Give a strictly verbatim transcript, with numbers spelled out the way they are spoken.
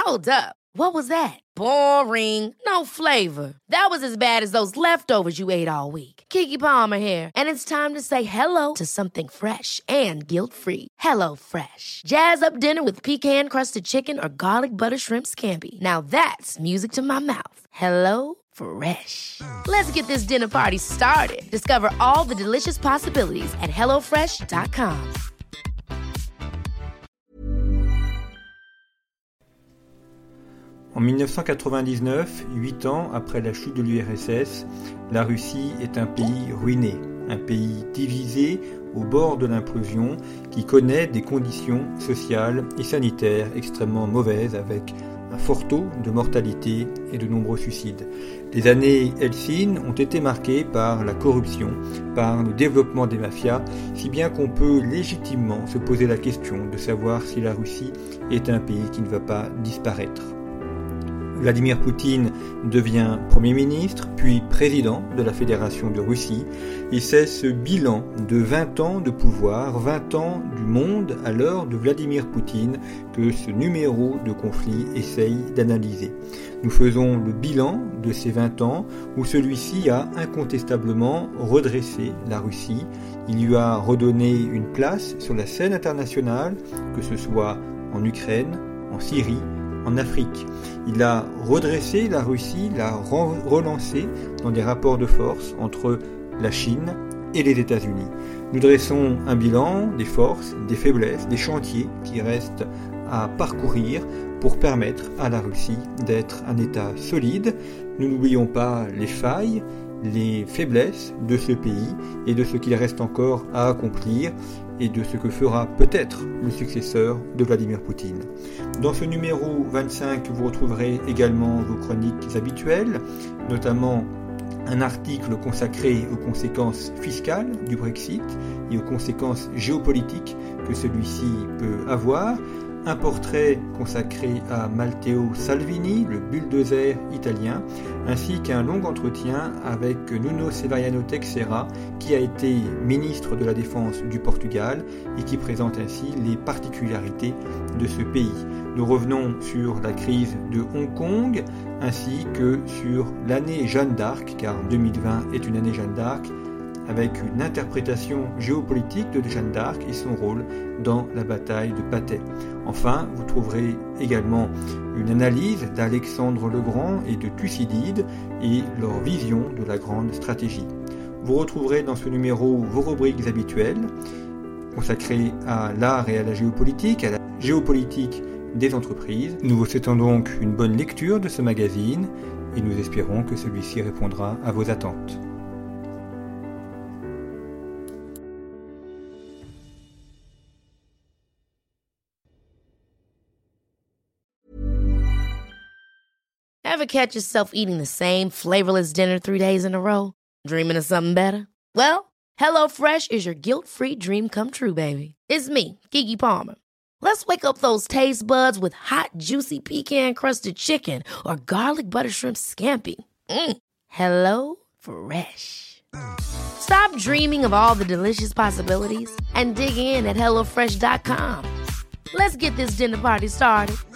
Hold up. What was that? Boring. No flavor. That was as bad as those leftovers you ate all week. Keke Palmer here, and it's time to say hello to something fresh and guilt-free. Hello Fresh. Jazz up dinner with pecan-crusted chicken or garlic butter shrimp scampi. Now that's music to my mouth. Hello Fresh. Let's get this dinner party started. Discover all the delicious possibilities at hello fresh dot com. En dix-neuf cent quatre-vingt-dix-neuf, huit ans après la chute de l'U R S S, la Russie est un pays ruiné, un pays divisé au bord de l'implosion qui connaît des conditions sociales et sanitaires extrêmement mauvaises avec un fort taux de mortalité et de nombreux suicides. Les années Helsinki ont été marquées par la corruption, par le développement des mafias, si bien qu'on peut légitimement se poser la question de savoir si la Russie est un pays qui ne va pas disparaître. Vladimir Poutine devient Premier ministre, puis président de la Fédération de Russie, et c'est ce bilan de vingt ans de pouvoir, vingt ans du monde à l'heure de Vladimir Poutine que ce numéro de conflit essaye d'analyser. Nous faisons le bilan de ces vingt ans où celui-ci a incontestablement redressé la Russie. Il lui a redonné une place sur la scène internationale, que ce soit en Ukraine, en Syrie, en Afrique. Il a redressé la Russie, l'a relancée dans des rapports de force entre la Chine et les États-Unis. Nous dressons un bilan des forces, des faiblesses, des chantiers qui restent à parcourir pour permettre à la Russie d'être un État solide. Nous n'oublions pas les failles, les faiblesses de ce pays et de ce qu'il reste encore à accomplir et de ce que fera peut-être le successeur de Vladimir Poutine. Dans ce numéro vingt-cinq, vous retrouverez également vos chroniques habituelles, notamment un article consacré aux conséquences fiscales du Brexit et aux conséquences géopolitiques que celui-ci peut avoir, un portrait consacré à Matteo Salvini, le bulldozer italien, ainsi qu'un long entretien avec Nuno Severiano Teixeira, qui a été ministre de la Défense du Portugal et qui présente ainsi les particularités de ce pays. Nous revenons sur la crise de Hong Kong, ainsi que sur l'année Jeanne d'Arc, car deux mille vingt est une année Jeanne d'Arc, avec une interprétation géopolitique de Jeanne d'Arc et son rôle dans la bataille de Patay. Enfin, vous trouverez également une analyse d'Alexandre le Grand et de Thucydide et leur vision de la grande stratégie. Vous retrouverez dans ce numéro vos rubriques habituelles, consacrées à l'art et à la géopolitique, à la géopolitique des entreprises. Nous vous souhaitons donc une bonne lecture de ce magazine et nous espérons que celui-ci répondra à vos attentes. Ever catch yourself eating the same flavorless dinner three days in a row? Dreaming of something better? Well, HelloFresh is your guilt-free dream come true, baby. It's me, Keke Palmer. Let's wake up those taste buds with hot, juicy pecan-crusted chicken or garlic butter shrimp scampi. Mm. Hello Fresh. Stop dreaming of all the delicious possibilities and dig in at hello fresh dot com. Let's get this dinner party started.